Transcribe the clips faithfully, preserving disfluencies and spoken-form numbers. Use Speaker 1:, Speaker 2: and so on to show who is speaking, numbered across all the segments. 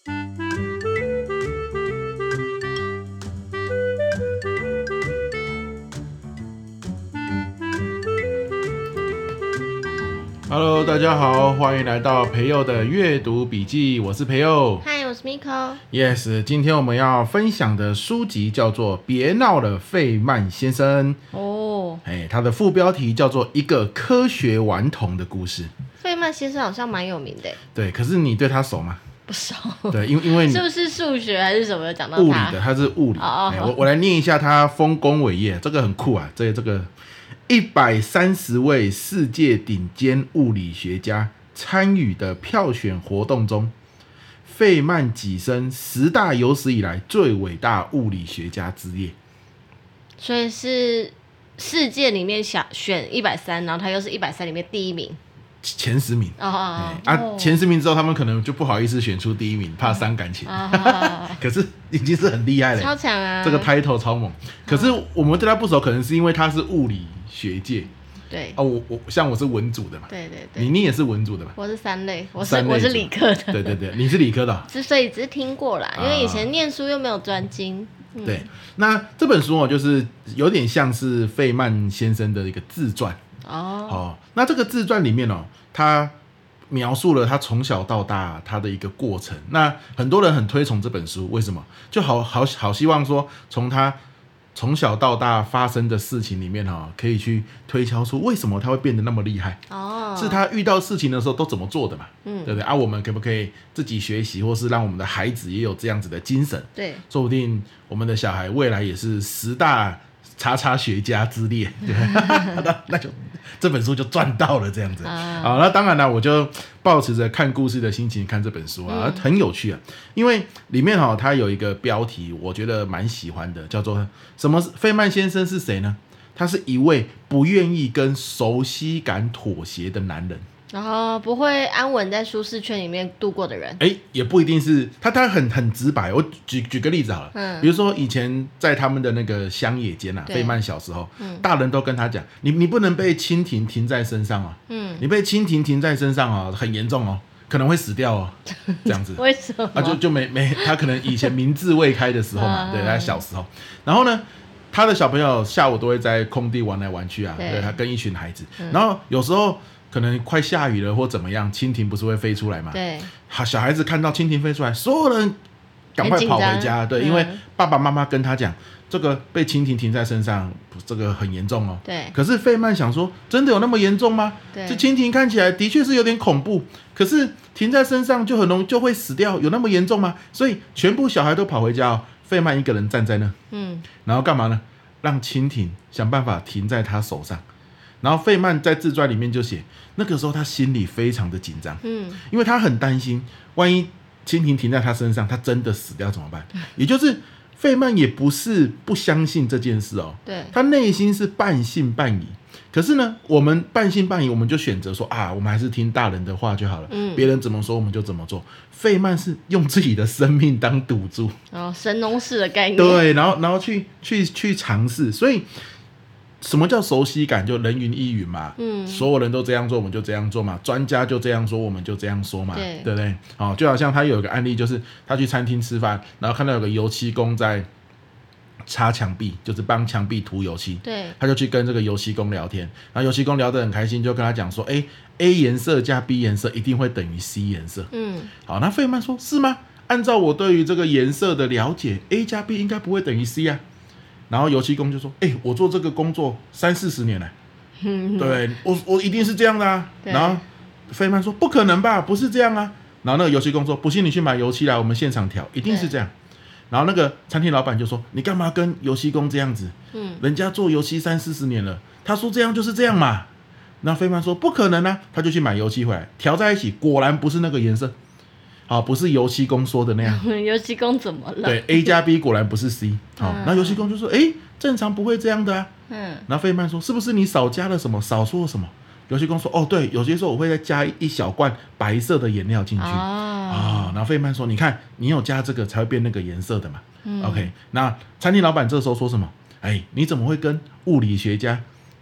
Speaker 1: Hello， 大家好，欢迎来到培佑的阅读笔记，我是培佑。
Speaker 2: 嗨，我是 Miko。Yes，
Speaker 1: 今天我们要分享的书籍叫做《别闹了，费曼先生》。
Speaker 2: 哦，
Speaker 1: 哎，它的副标题叫做《一个科学顽童的故事》。
Speaker 2: 费曼先生好像蛮有名的。
Speaker 1: 对，可是你对他熟吗？
Speaker 2: 不熟。
Speaker 1: 对，因为因为你
Speaker 2: 是不是数学还是什么讲到他
Speaker 1: 物理的，他是物理。
Speaker 2: 哦
Speaker 1: 哎、我我来念一下他丰功伟业，这个很酷啊，这这个。一百三十位世界顶尖物理学家参与的票选活动中，费曼跻身十大有史以来最伟大物理学家之列。
Speaker 2: 所以是世界里面想选一百三，然后他又是一百三里面第一名，
Speaker 1: 前十名。
Speaker 2: 哦哦
Speaker 1: 哎、啊，前十名之后，他们可能就不好意思选出第一名，怕伤感情。
Speaker 2: 哦、
Speaker 1: 可是已经是很厉害了，
Speaker 2: 超强啊！
Speaker 1: 这个 title 超猛。可是我们对他不熟，可能是因为他是物理学界。
Speaker 2: 对
Speaker 1: 哦，我我像我是文组的嘛，
Speaker 2: 对对对，
Speaker 1: 你你也是文组的嘛？
Speaker 2: 我是三类，我是
Speaker 1: 三类
Speaker 2: 我是理科的。
Speaker 1: 对对对，你是理科的、哦，
Speaker 2: 之所以只是听过啦，因为以前念书又没有专精。
Speaker 1: 嗯、对，那这本书哦，就是有点像是费曼先生的一个自传
Speaker 2: 哦。
Speaker 1: 哦，那这个自传里面哦，他描述了他从小到大他的一个过程。那很多人很推崇这本书，为什么？就好好好希望说从他从小到大发生的事情里面哈，可以去推敲出为什么他会变得那么厉害。哦，是他遇到事情的时候都怎么做的嘛？嗯，对不对啊？我们可不可以自己学习，或是让我们的孩子也有这样子的精神？
Speaker 2: 对，说
Speaker 1: 不定我们的小孩未来也是十大叉叉学家之列，对那, 那就这本书就赚到了这样子。啊、好，那当然了，我就抱持着看故事的心情看这本书啊，嗯、很有趣啊。因为里面哈、哦，它有一个标题，我觉得蛮喜欢的，叫做什么？费曼先生是谁呢？他是一位不愿意跟熟悉感妥协的男人。
Speaker 2: 然后不会安稳在舒适圈里面度过的人，
Speaker 1: 哎，也不一定是他，他很很直白。我举举个例子好了，嗯，比如说以前在他们的那个乡野间啊，费曼小时候，嗯，大人都跟他讲，你你不能被蜻蜓停在身上啊，嗯，你被蜻蜓停在身上啊，很严重哦，可能会死掉哦，这样子。
Speaker 2: 为什么？
Speaker 1: 啊，就就没没他可能以前民智未开的时候嘛，对，他小时候，然后呢，他的小朋友下午都会在空地玩来玩去啊，对，对他跟一群孩子，嗯、然后有时候。可能快下雨了或怎么样，蜻蜓不是会飞出来吗？
Speaker 2: 对，
Speaker 1: 好，小孩子看到蜻蜓飞出来，所有人赶快跑回家。对，嗯、因为爸爸妈妈跟他讲，这个被蜻蜓停在身上，这个很严重哦。
Speaker 2: 对。
Speaker 1: 可是费曼想说，真的有那么严重吗？
Speaker 2: 对。
Speaker 1: 这蜻蜓看起来的确是有点恐怖，可是停在身上就很容易就会死掉，有那么严重吗？所以全部小孩都跑回家哦，费曼一个人站在那，嗯，然后干嘛呢？让蜻蜓想办法停在他手上。然后费曼在自传里面就写，那个时候他心里非常的紧张，嗯，因为他很担心，万一蜻蜓停在他身上，他真的死掉怎么办？也就是费曼也不是不相信这件事哦，
Speaker 2: 对，
Speaker 1: 他内心是半信半疑。可是呢，我们半信半疑，我们就选择说啊，我们还是听大人的话就好了，嗯，别人怎么说我们就怎么做。费曼是用自己的生命当赌注，
Speaker 2: 哦，神农氏的概念，
Speaker 1: 对，然后然后去去去尝试，所以。什么叫熟悉感？就人云亦云嘛，嗯，所有人都这样做，我们就这样做嘛。专家就这样说，我们就这样说嘛，对，对不对？哦，就好像他有一个案例，就是他去餐厅吃饭，然后看到有个油漆工在擦墙壁，就是帮墙壁涂油漆，
Speaker 2: 对，
Speaker 1: 他就去跟这个油漆工聊天，然后油漆工聊得很开心，就跟他讲说，哎 ，A 颜色加 B 颜色一定会等于 C 颜色，嗯，好，那费曼说，是吗？按照我对于这个颜色的了解 ，A 加 B 应该不会等于 C 啊。然后油漆工就说：“哎、欸，我做这个工作三四十年了，对我我一定是这样的啊。”然后费曼说：“不可能吧，不是这样啊。”然后那个油漆工说：“不信你去买油漆来，我们现场调，一定是这样。”然后那个餐厅老板就说：“你干嘛跟油漆工这样子？嗯，人家做油漆三四十年了，他说这样就是这样嘛。”那费曼说：“不可能啊！”他就去买油漆回来调在一起，果然不是那个颜色。好、哦，不是油漆工说的那样。
Speaker 2: 油漆工怎么了？
Speaker 1: 对 ，A 加 B 果然不是 C。好、哦，那、嗯、油漆工就说：“哎，正常不会这样的啊。”嗯。然后费曼说：“是不是你少加了什么？少说了什么？”油漆工说：“哦，对，有些时候我会再加一小罐白色的颜料进去。”哦。哦，然后费曼说：“你看，你有加这个才会变那个颜色的嘛。嗯” OK， 那餐厅老板这时候说什么？哎，你怎么会跟物理学家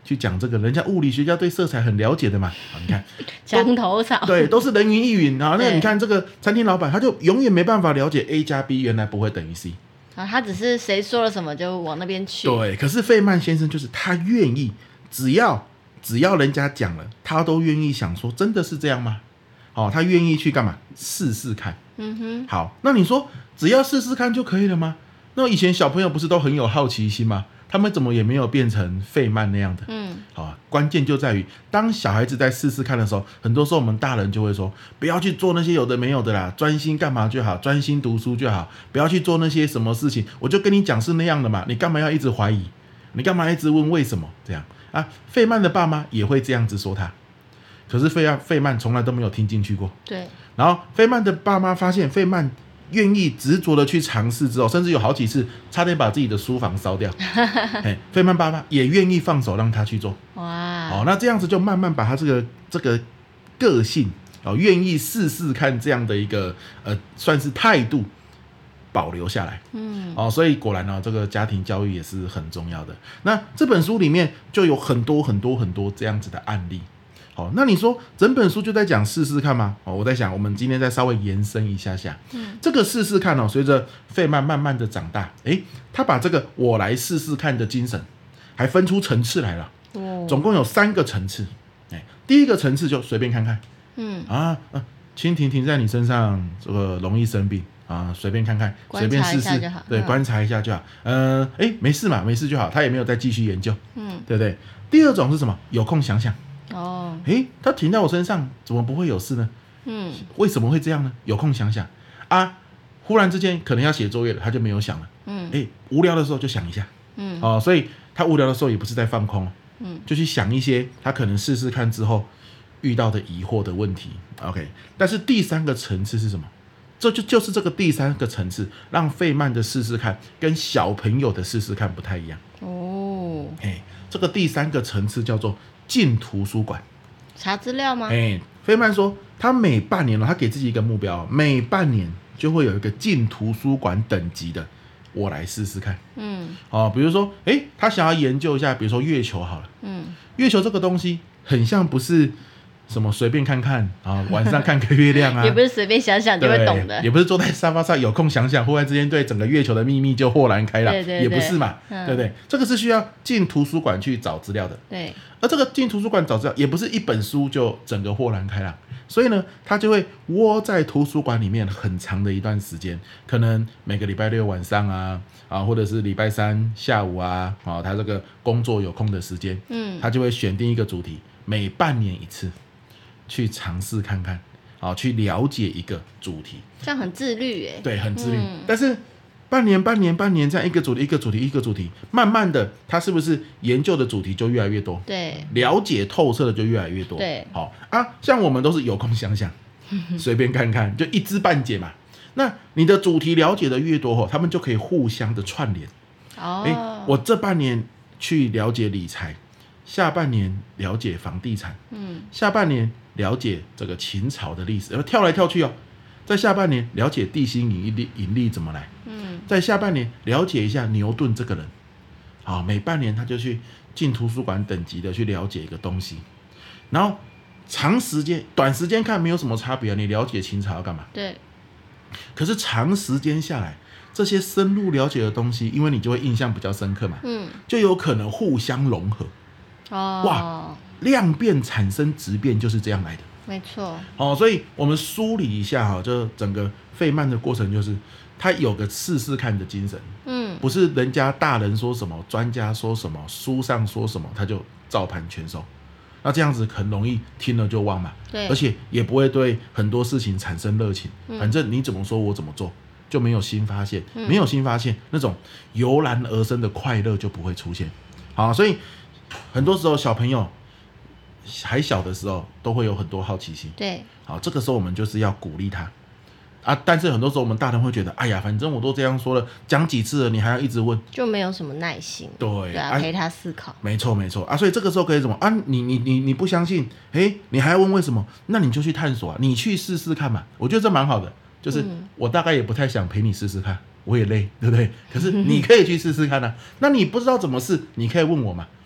Speaker 1: 去讲这个？人家物理学家对色彩很了解的嘛。好，你看
Speaker 2: 墙头草，
Speaker 1: 对，都是人云亦云啊。那你看这个餐厅老板，他就永远没办法了解 A 加 B 原来不会等于 C。
Speaker 2: 啊，他只是谁说了什么就往那边去。
Speaker 1: 对，可是费曼先生就是他愿意，只要只要人家讲了，他都愿意想说，真的是这样吗？哦，他愿意去干嘛？试试看。
Speaker 2: 嗯哼。
Speaker 1: 好，那你说只要试试看就可以了吗？那以前小朋友不是都很有好奇心吗？他们怎么也没有变成费曼那样的？嗯，好，关键就在于当小孩子在试试看的时候，很多时候我们大人就会说，不要去做那些有的没有的啦，专心干嘛就好，专心读书就好，不要去做那些什么事情。我就跟你讲是那样的嘛，你干嘛要一直怀疑？你干嘛一直问为什么？这样啊，费曼的爸妈也会这样子说他，可是费费曼从来都没有听进去过。
Speaker 2: 对，
Speaker 1: 然后费曼的爸妈发现费曼愿意执着的去尝试之后，甚至有好几次差点把自己的书房烧掉。费曼爸爸也愿意放手让他去做。哇！哦，那这样子就慢慢把他这个这个个性哦，愿意试试看这样的一个呃，算是态度保留下来。嗯。哦，所以果然呢、哦，这个家庭教育也是很重要的。那这本书里面就有很多很多很多这样子的案例。好，那你说整本书就在讲试试看吗？哦，我在想，我们今天再稍微延伸一下下，嗯，这个试试看哦，随着费曼慢慢的长大，诶，他把这个我来试试看的精神，还分出层次来了，哦，总共有三个层次，诶，第一个层次就随便看看，嗯啊，呃、蜻蜓停在你身上，这个容易生病啊，随便看看，随便试试，对，嗯、观察一下就好，呃，诶，没事嘛，没事就好，他也没有再继续研究，嗯，对不对？第二种是什么？有空想想。哦，诶，他停在我身上，怎么不会有事呢？嗯，为什么会这样呢？有空想想啊，忽然之间可能要写作业了，他就没有想了。嗯，诶，无聊的时候就想一下。嗯，哦，所以他无聊的时候也不是在放空，嗯，就去想一些他可能试试看之后遇到的疑惑的问题。OK， 但是第三个层次是什么？这就就是这个第三个层次，让费曼的试试看跟小朋友的试试看不太一样。哦，诶，这个第三个层次叫做进图书馆
Speaker 2: 查资料吗？
Speaker 1: 哎，费曼说他每半年他给自己一个目标，每半年就会有一个进图书馆等级的，我来试试看。嗯，哦，比如说，哎，他想要研究一下，比如说月球好了。嗯，月球这个东西很像不是什么随便看看啊，晚上看个月亮啊，
Speaker 2: 也不是随便想想就会懂的，
Speaker 1: 也不是坐在沙发上有空想想，忽然之间对整个月球的秘密就豁然开朗，
Speaker 2: 对对对，
Speaker 1: 也不是嘛，嗯、对不对？这个是需要进图书馆去找资料的。
Speaker 2: 对，
Speaker 1: 而这个进图书馆找资料，也不是一本书就整个豁然开朗，所以呢，他就会窝在图书馆里面很长的一段时间，可能每个礼拜六晚上啊，啊，或者是礼拜三下午啊，啊，他这个工作有空的时间，嗯，他就会选定一个主题，每半年一次。去尝试看看，好，去了解一个主题，
Speaker 2: 这样很自律耶。
Speaker 1: 对，很自律。嗯、但是半年、半年、半年这样一个主题、一个主题、一个主题，慢慢的，他是不是研究的主题就越来越多？
Speaker 2: 对，
Speaker 1: 了解透彻的就越来越多。
Speaker 2: 对，
Speaker 1: 好啊，像我们都是有空想想，随便看看，就一知半解嘛。那你的主题了解的越多，他们就可以互相的串联。哦，哎，我这半年去了解理财，下半年了解房地产，嗯，下半年了解这个秦朝的历史，然后跳来跳去哦。在下半年了解地心引力引力怎么来，嗯，在下半年了解一下牛顿这个人，好，每半年他就去进图书馆等级的去了解一个东西，然后长时间、短时间看没有什么差别啊，你了解秦朝要干嘛？
Speaker 2: 对。
Speaker 1: 可是长时间下来，这些深入了解的东西，因为你就会印象比较深刻嘛，嗯，就有可能互相融合。哦，哇，量变产生质变就是这样来的。
Speaker 2: 没错。
Speaker 1: 哦，所以我们梳理一下哈，就整个费曼的过程，就是他有个试试看的精神，嗯，不是人家大人说什么，专家说什么，书上说什么，他就照盘全收。那这样子很容易听了就忘嘛，
Speaker 2: 对，
Speaker 1: 而且也不会对很多事情产生热情。嗯、反正你怎么说我怎么做，就没有新发现，嗯、没有新发现，那种油然而生的快乐就不会出现。好，所以很多时候小朋友还小的时候都会有很多好奇心，
Speaker 2: 对，
Speaker 1: 好，这个时候我们就是要鼓励他啊。但是很多时候我们大人会觉得，哎呀，反正我都这样说了，讲几次了，你还要一直问，
Speaker 2: 就没有什么耐心。
Speaker 1: 对，
Speaker 2: 对啊，陪他思考。
Speaker 1: 没错没错啊，所以这个时候可以什么啊？你你你你不相信，哎，你还要问为什么？那你就去探索啊，你去试试看嘛。我觉得这蛮好的，就是、嗯、我大概也不太想陪你试试看，我也累，对不对？可是你可以去试试看啊。那你不知道怎么试，你可以问我嘛。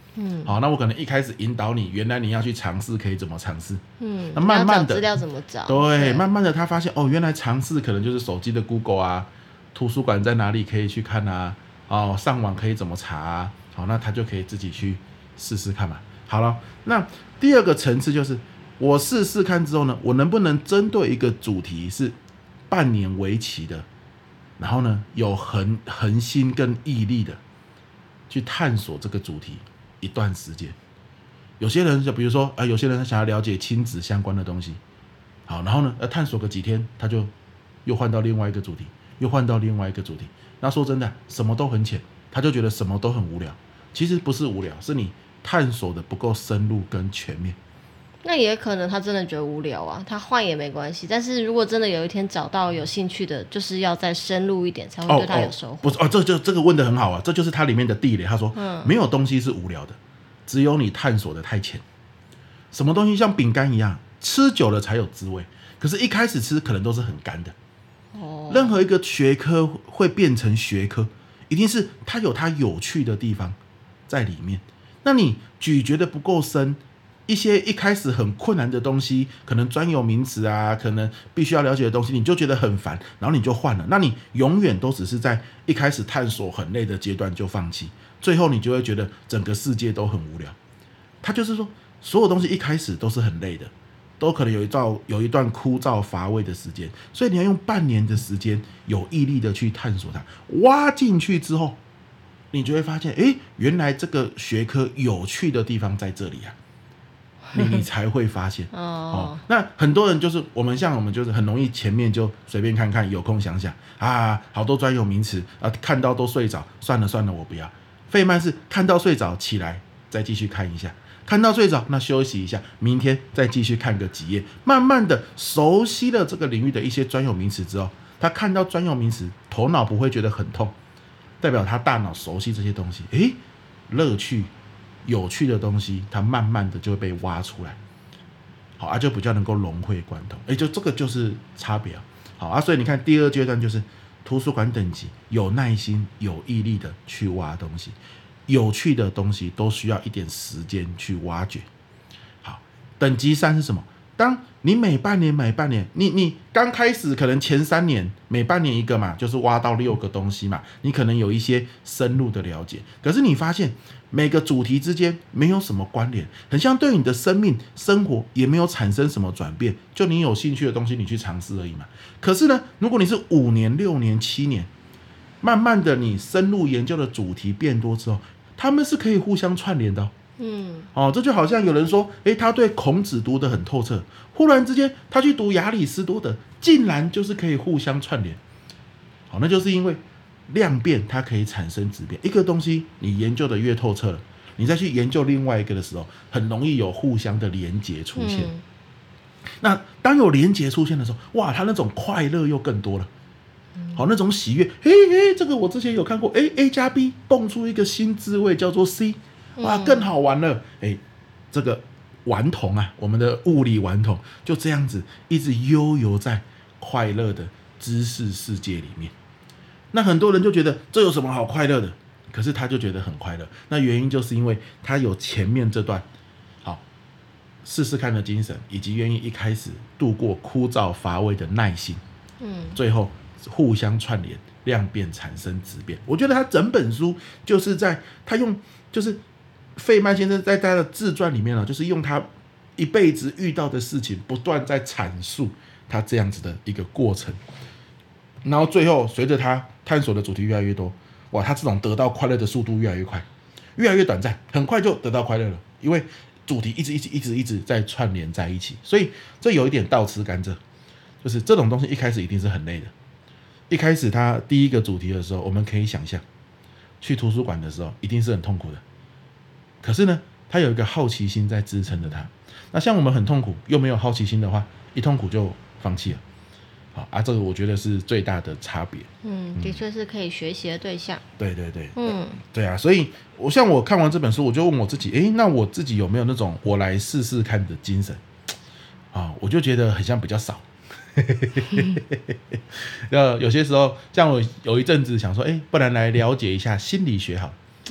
Speaker 1: 嗯，好，那我可能一开始引导你，原来你要去尝试可以怎么尝试，
Speaker 2: 嗯，
Speaker 1: 那慢慢的
Speaker 2: 资料怎么找，
Speaker 1: 对，对慢慢的他发现哦，原来尝试可能就是手机的 Google 啊，图书馆在哪里可以去看啊，哦，上网可以怎么查啊，好，那他就可以自己去试试看嘛。好了，那第二个层次就是我试试看之后呢，我能不能针对一个主题是半年为期的，然后呢有恒恒心跟毅力的去探索这个主题一段时间。有些人就比如说、呃、有些人想要了解亲子相关的东西，好，然后呢探索个几天，他就又换到另外一个主题，又换到另外一个主题。那说真的，什么都很浅，他就觉得什么都很无聊。其实不是无聊，是你探索的不够深入跟全面。
Speaker 2: 那也可能他真的觉得无聊啊，他换也没关系。但是如果真的有一天找到有兴趣的，就是要再深入一点，才会对他有收获。哦哦、
Speaker 1: 不是哦，这就这个问得很好啊，这就是它里面的地雷。他说，嗯，没有东西是无聊的，只有你探索的太浅。什么东西像饼干一样，吃久了才有滋味，可是一开始吃可能都是很干的。哦，任何一个学科会变成学科，一定是它有它有趣的地方在里面。那你咀嚼的不够深，一些一开始很困难的东西，可能专有名词啊，可能必须要了解的东西，你就觉得很烦，然后你就换了。那你永远都只是在一开始探索很累的阶段就放弃，最后你就会觉得整个世界都很无聊。它就是说，所有东西一开始都是很累的，都可能有一段有一段枯燥乏味的时间，所以你要用半年的时间，有毅力的去探索它，挖进去之后，你就会发现，哎，原来这个学科有趣的地方在这里啊，你你才会发现哦, 哦。那很多人就是我们像我们就是很容易前面就随便看看，有空想想啊，好多专有名词啊，看到都睡着，算了算了，我不要。费曼是看到睡着起来再继续看一下。看到睡着，那休息一下，明天再继续看个几页，慢慢的熟悉了这个领域的一些专有名词之后，他看到专有名词，头脑不会觉得很痛，代表他大脑熟悉这些东西，诶，乐趣、有趣的东西，它慢慢的就会被挖出来，好啊，就比较能够融会贯通，诶，就这个就是差别啊，好啊，所以你看第二阶段就是图书馆等级，有耐心、有毅力的去挖东西。有趣的东西都需要一点时间去挖掘。好，等级三是什么？当你每半年每半年，你你刚开始可能前三年每半年一个嘛，就是挖到六个东西嘛，你可能有一些深入的了解。可是你发现每个主题之间没有什么关联，很像对你的生命生活也没有产生什么转变，就你有兴趣的东西你去尝试而已嘛。可是呢，如果你是五年、六年、七年，慢慢的你深入研究的主题变多之后，他们是可以互相串联的、哦，嗯，哦，这就好像有人说，诶，他对孔子读得很透彻，忽然之间他去读亚里士多德，竟然就是可以互相串联，好，那就是因为量变它可以产生质变，一个东西你研究的越透彻了，你再去研究另外一个的时候，很容易有互相的连结出现。嗯、那当有连结出现的时候，哇，他那种快乐又更多了。好，那种喜悦，嘿嘿，这个我之前有看过，哎 ，A 加 B 蹦出一个新滋味，叫做 C， 哇，更好玩了，哎，这个顽童啊，我们的物理顽童就这样子一直悠游在快乐的知识世界里面。那很多人就觉得这有什么好快乐的？可是他就觉得很快乐，那原因就是因为他有前面这段好试试看的精神，以及愿意一开始度过枯燥乏味的耐心，嗯，最后。互相串联，量变产生质变。我觉得他整本书就是在他用，就是费曼先生在他的自传里面呢，就是用他一辈子遇到的事情，不断在阐述他这样子的一个过程。然后最后随着他探索的主题越来越多，哇，他这种得到快乐的速度越来越快，越来越短暂，很快就得到快乐了，因为主题一直一直一直一直在串联在一起。所以这有一点倒吃甘蔗，就是这种东西一开始一定是很累的。一开始他第一个主题的时候，我们可以想象，去图书馆的时候一定是很痛苦的。可是呢，他有一个好奇心在支撑着他。那像我们很痛苦又没有好奇心的话，一痛苦就放弃了。好啊，这个我觉得是最大的差别。
Speaker 2: 嗯，的确是可以学习的对象。
Speaker 1: 对对对，嗯，对啊，所以我像我看完这本书，我就问我自己，诶，那我自己有没有那种我来试试看的精神？啊，我就觉得很像比较少。呃，有些时候，像我有一阵子想说，哎，不然来了解一下心理学好。嗯，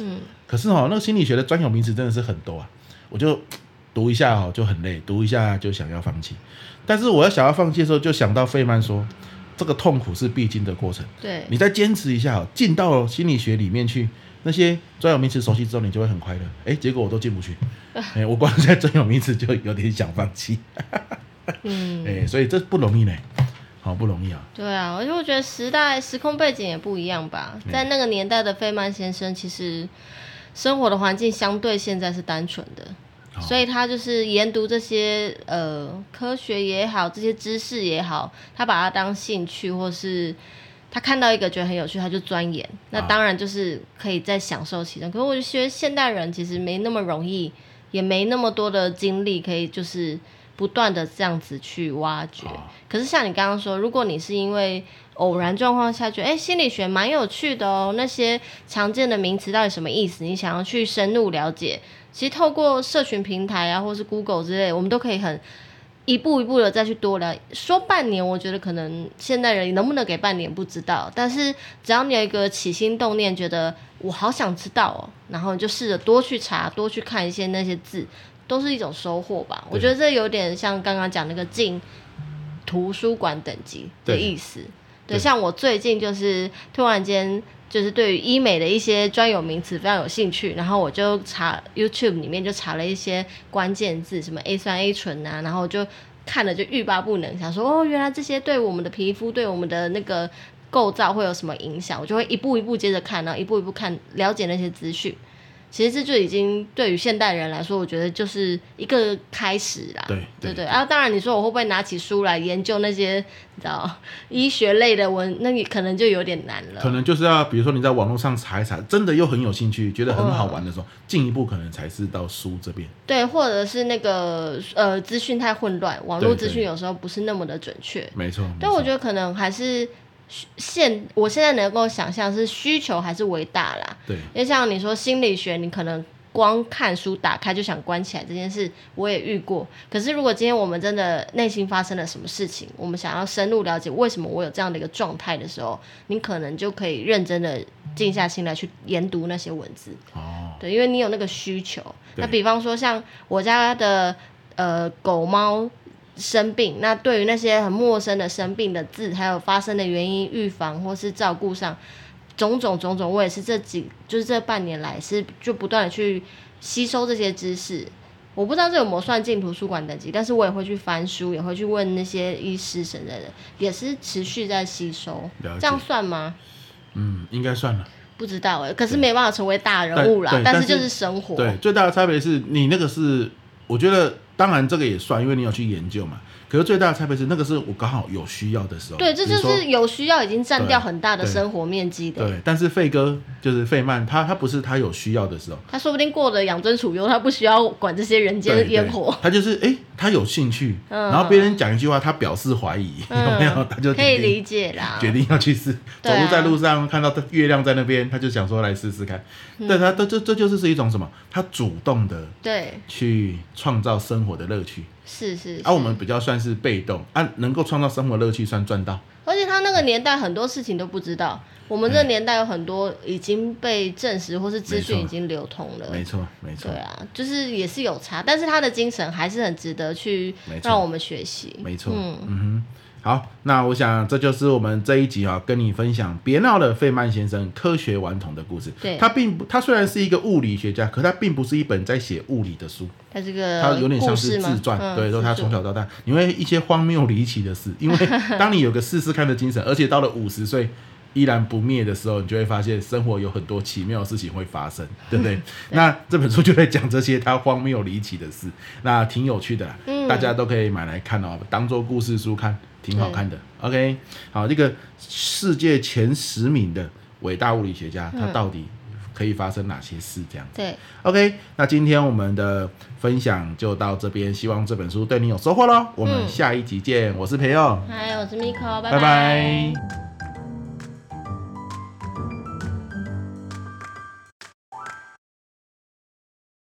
Speaker 1: 可是哦，那个心理学的专有名词真的是很多啊，我就读一下哦就很累，读一下就想要放弃。但是我要想要放弃的时候，就想到费曼说，这个痛苦是必经的过程。
Speaker 2: 对，
Speaker 1: 你再坚持一下哦，进到心理学里面去，那些专有名词熟悉之后，你就会很快乐。哎，结果我都进不去，哎，我光在专有名词就有点想放弃。嗯，哎，所以这不容易呢。好不容易啊！
Speaker 2: 对啊，而且我觉得时代时空背景也不一样吧。在那个年代的费曼先生，其实生活的环境相对现在是单纯的，哦、所以他就是研读这些呃科学也好，这些知识也好，他把它当兴趣，或是他看到一个觉得很有趣，他就钻研。那当然就是可以再享受其中。可是我就觉得现代人其实没那么容易，也没那么多的精力可以就是不断的这样子去挖掘。哦、可是像你刚刚说，如果你是因为偶然状况下觉得，哎，心理学蛮有趣的哦，那些常见的名词到底什么意思？你想要去深入了解，其实透过社群平台啊，或是 Google 之类，我们都可以很一步一步的再去多了解。说半年，我觉得可能现代人能不能给半年不知道，但是只要你有一个起心动念，觉得我好想知道哦，然后你就试着多去查，多去看一些那些字。都是一种收获吧，我觉得这有点像刚刚讲那个进图书馆等级的意思。对，对像我最近就是突然间就是对于医美的一些专有名词非常有兴趣，然后我就查 YouTube 里面就查了一些关键字，什么 A 酸 A 醇啊，然后我就看了就欲罢不能，想说哦，原来这些对我们的皮肤对我们的那个构造会有什么影响，我就会一步一步接着看，然后一步一步看了解那些资讯。其实这就已经对于现代人来说，我觉得就是一个开始啦。
Speaker 1: 对
Speaker 2: 对 对, 对啊，当然你说我会不会拿起书来研究那些你知道医学类的文，那你可能就有点难了。
Speaker 1: 可能就是要比如说你在网络上查一查，真的又很有兴趣，觉得很好玩的时候，进、嗯、一步可能才是到书这边。
Speaker 2: 对，或者是那个呃资讯太混乱，网络资讯有时候不是那么的准确。
Speaker 1: 没错。
Speaker 2: 对，我觉得可能还是。现我现在能够想象是需求还是为大啦，
Speaker 1: 对，
Speaker 2: 因为像你说心理学，你可能光看书打开就想关起来这件事，我也遇过。可是如果今天我们真的内心发生了什么事情，我们想要深入了解为什么我有这样的一个状态的时候，你可能就可以认真的静下心来去研读那些文字。哦，对，因为你有那个需求。那比方说像我家的呃狗猫。生病，那对于那些很陌生的生病的字，还有发生的原因、预防或是照顾上，种种种种，我也是这几就是这半年来是就不断的去吸收这些知识。我不知道这有没有算进图书馆等级，但是我也会去翻书，也会去问那些医师什么的，也是持续在吸收。这样算吗？
Speaker 1: 嗯，应该算了。
Speaker 2: 不知道哎、欸，可是没办法成为大人物啦，但 是, 但是就是生活。
Speaker 1: 对，最大的差别是你那个是，我觉得。当然这个也算，因为你有去研究嘛。可是最大的差别是，那个是我刚好有需要的时候。
Speaker 2: 对，这就是有需要已经占掉很大的生活面积的。
Speaker 1: 对，对但是费哥就是费曼，他他不是他有需要的时候，
Speaker 2: 他说不定过得养尊处优，他不需要管这些人间烟火。
Speaker 1: 他就是哎、欸，他有兴趣，嗯、然后别人讲一句话，他表示怀疑，嗯、有没有？他就
Speaker 2: 可以理解啦，
Speaker 1: 决定要去试。走路在路上看到月亮在那边，他就想说来试试看。嗯、对他，这这这就是是一种什么？他主动的对去创造生活的乐趣。
Speaker 2: 是 是, 是，
Speaker 1: 啊，我们比较算是被动啊，能够创造生活乐趣算赚到。
Speaker 2: 而且他那个年代很多事情都不知道，我们这个年代有很多已经被证实或是资讯已经流通了。
Speaker 1: 没错，没错。
Speaker 2: 对啊，就是也是有差，但是他的精神还是很值得去让我们学习。
Speaker 1: 没错，嗯嗯哼。好，那我想这就是我们这一集啊，跟你分享别闹了费曼先生科学顽童的故事。
Speaker 2: 对，
Speaker 1: 他并不，他虽然是一个物理学家，可他并不是一本在写物理的书。
Speaker 2: 他这个
Speaker 1: 他有点像是自传，嗯、对，说他从小到大，你会一些荒谬离奇的事，因为当你有个试试看的精神，而且到了五十岁依然不灭的时候，你就会发现生活有很多奇妙的事情会发生，对不对？对那这本书就在讲这些他荒谬离奇的事，那挺有趣的啦，嗯、大家都可以买来看哦，当做故事书看。挺好看的 ，OK， 好，这个世界前十名的伟大物理学家，嗯、他到底可以发生哪些事？这样子，
Speaker 2: 对
Speaker 1: ，OK， 那今天我们的分享就到这边，希望这本书对你有收获咯。我们下一集见，我是培佑，
Speaker 2: 嗨，我是 Miko，拜
Speaker 1: 拜拜。